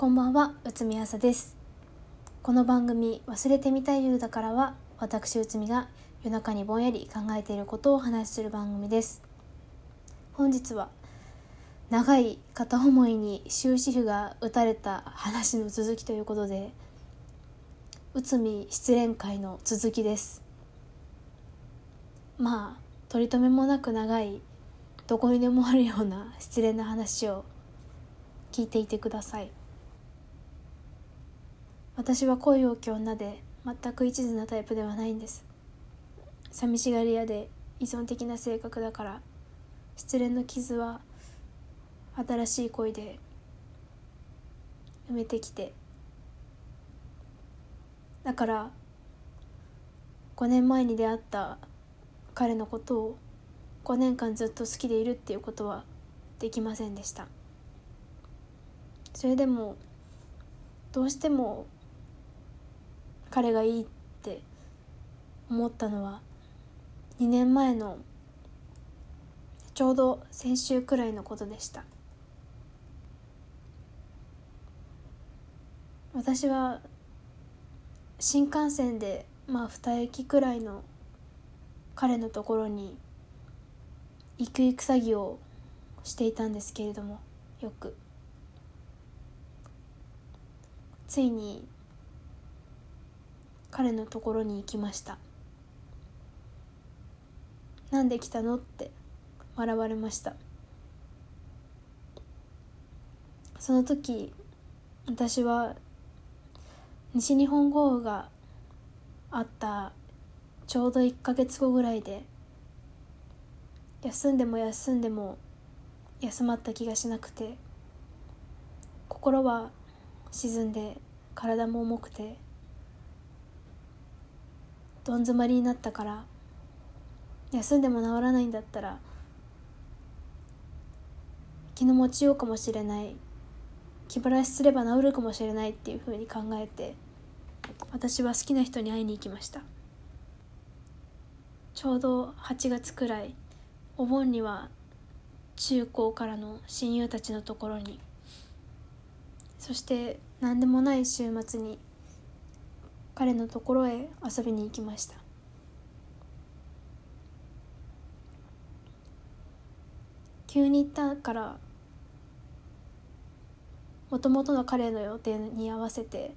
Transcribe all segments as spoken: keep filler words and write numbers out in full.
こんばんは、内海朝です。この番組忘れてみたい夜だからは、私内海が夜中にぼんやり考えていることをお話しする番組です。本日は長い片思いに終止符が打たれた話の続きということで、内海失恋会の続きです。まあ取り留めもなく長い、どこにでもあるような失恋の話を聞いていてください。私は恋多き女で全く一途なタイプではないんです。寂しがり屋で依存的な性格だから、失恋の傷は新しい恋で埋めてきて、だからごねんまえに出会った彼のことをごねんかんずっと好きでいるっていうことはできませんでした。それでもどうしても彼がいいって思ったのはにねんまえのちょうど先週くらいのことでした。私は新幹線でまあに駅くらいの彼のところに行く行く詐欺をしていたんですけれども、よくついに彼のところに行きました。なんで来たのって笑われました。その時私は西日本豪雨があったちょうどいっかげつごぐらいで、休んでも休んでも休まった気がしなくて、心は沈んで体も重くてどん詰まりになったから、休んでも治らないんだったら気の持ちようかもしれない、気晴らしすれば治るかもしれないっていうふうに考えて、私は好きな人に会いに行きました。ちょうどはちがつくらい、お盆には中高からの親友たちのところに、そして何でもない週末に彼のところへ遊びに行きました。急に行ったから、もともとの彼の予定に合わせて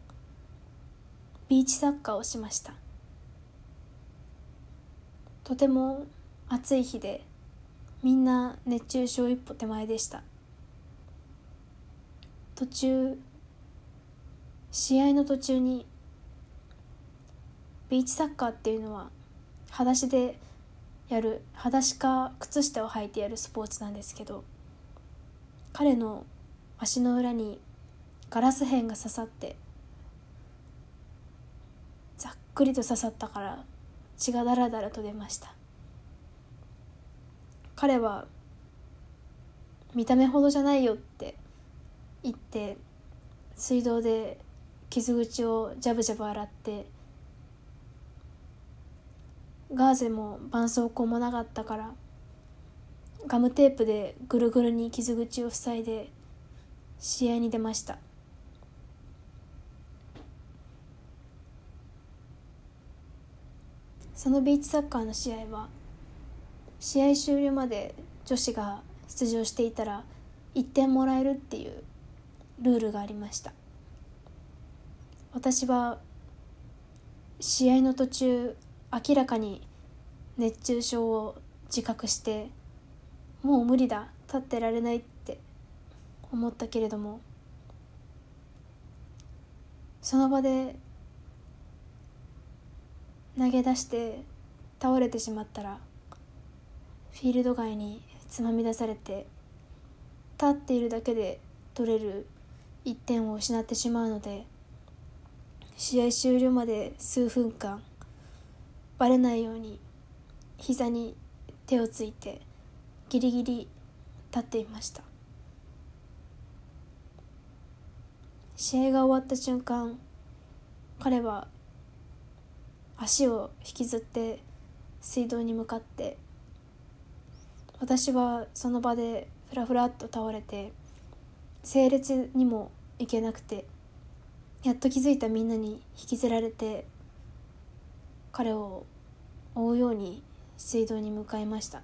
ビーチサッカーをしました。とても暑い日で、みんな熱中症一歩手前でした。途中試合の途中に、ビーチサッカーっていうのは裸足でやる、裸足か靴下を履いてやるスポーツなんですけど、彼の足の裏にガラス片が刺さって、ざっくりと刺さったから血がだらだらと出ました。彼は見た目ほどじゃないよって言って水道で傷口をジャブジャブ洗って、ガーゼも絆創膏もなかったからガムテープでぐるぐるに傷口を塞いで試合に出ました。そのビーチサッカーの試合は、試合終了まで女子が出場していたらいってんもらえるっていうルールがありました。私は試合の途中、明らかに熱中症を自覚して、もう無理だ、立ってられないって思ったけれども、その場で投げ出して倒れてしまったら、フィールド外につまみ出されて、立っているだけで取れるいってんを失ってしまうので、試合終了まで数分間バレないように膝に手をついてギリギリ立っていました。試合が終わった瞬間、彼は足を引きずって水道に向かって、私はその場でフラフラっと倒れて、整列にもいけなくて、やっと気づいたみんなに引きずられて彼を追うように水道に向かいました。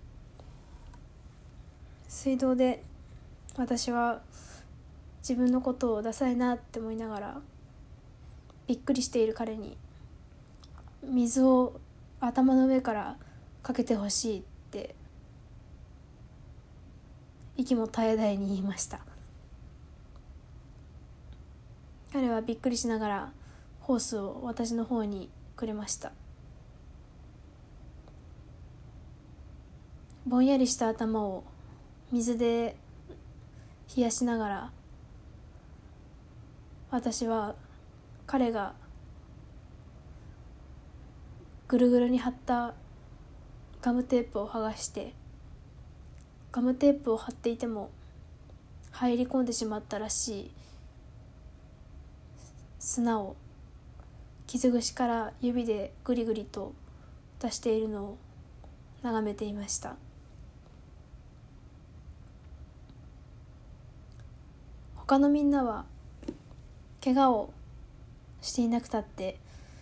水道で私は自分のことをダサいなって思いながら、びっくりしている彼に水を頭の上からかけてほしいって息も絶え絶えに言いました。彼はびっくりしながらホースを私の方にくれました。ぼんやりした頭を水で冷やしながら、私は彼がぐるぐるに貼ったガムテープを剥がして、ガムテープを貼っていても入り込んでしまったらしい砂を傷口から指でぐりぐりと出しているのを眺めていました。他のみんなは怪我をしていなくたって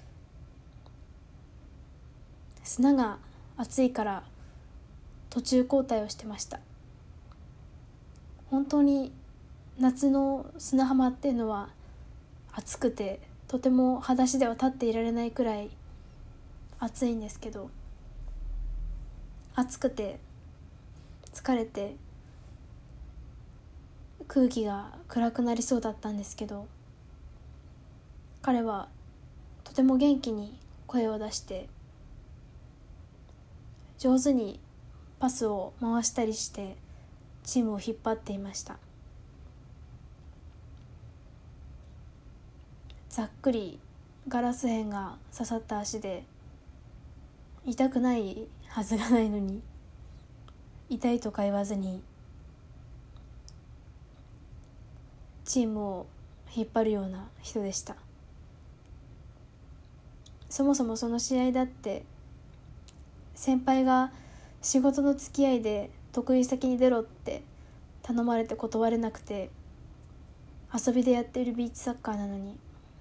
砂が熱いから途中交代をしてました。本当に夏の砂浜っていうのは暑くて、とても裸足では立っていられないくらい暑いんですけど、暑くて疲れて空気が暗くなりそうだったんですけど、彼はとても元気に声を出して上手にパスを回したりしてチームを引っ張っていました。ざっくりガラス片が刺さった足で痛くないはずがないのに、痛いとか言わずにチームを引っ張るような人でした。そもそもその試合だって先輩が仕事の付き合いで得意先に出ろって頼まれて断れなくて、遊びでやっているビーチサッカーなのに、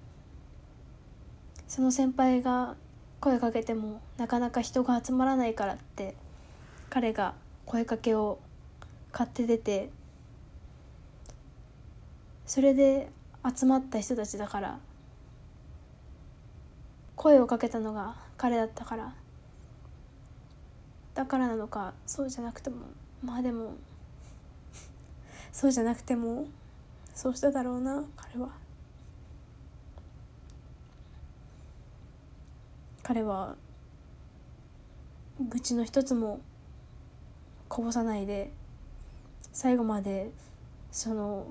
その先輩が声かけてもなかなか人が集まらないからって彼が声かけを買って出て、それで集まった人たちだから、声をかけたのが彼だったからだからなのか、そうじゃなくても、まあでもそうじゃなくてもそうしただろうな。彼は彼は愚痴の一つもこぼさないで最後までその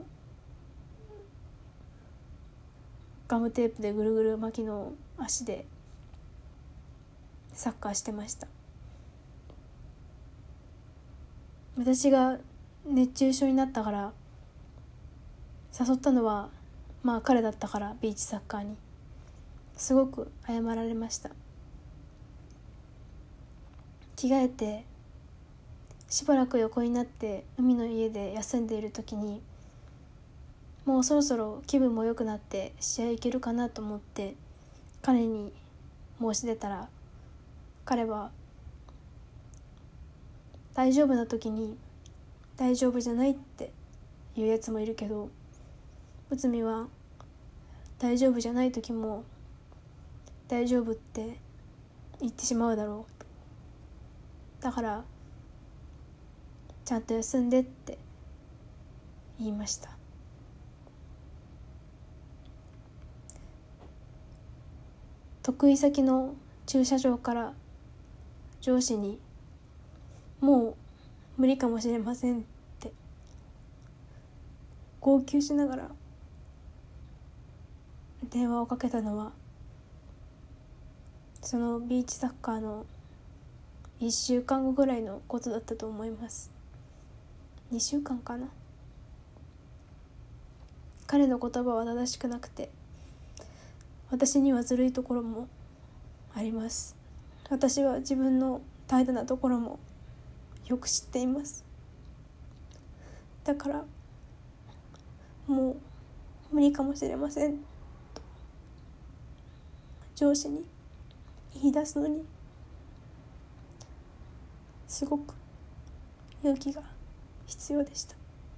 ガムテープでぐるぐる巻きの足でサッカーしてました。私が熱中症になったから誘ったのはまあ彼だったから、ビーチサッカーにすごく謝られました。着替えてしばらく横になって海の家で休んでいる時に、もうそろそろ気分も良くなって試合行けるかなと思って彼に申し出たら、彼は大丈夫な時に大丈夫じゃないって言うやつもいるけど、内海は大丈夫じゃない時も大丈夫って言ってしまうだろう、だからちゃんと休んでって言いました。得意先の駐車場から上司にもう無理かもしれませんって号泣しながら電話をかけたのは、そのビーチサッカーのいっしゅうかんごぐらいのことだったと思います。にしゅうかんかな。彼の言葉は正しくなくて、私にはずるいところもあります。私は自分の怠惰なところもよく知っています。だからもう無理かもしれませんと上司に言い出すのにすごく勇気が必要でした。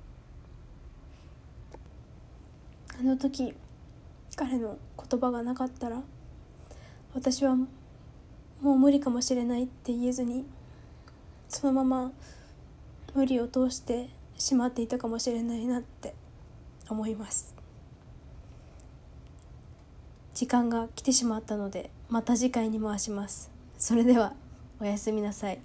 あの時彼の言葉がなかったら、私はもう無理かもしれないって言えずに、そのまま無理を通してしまっていたかもしれないなって思います。時間が来てしまったので、また次回に回します。それではおやすみなさい。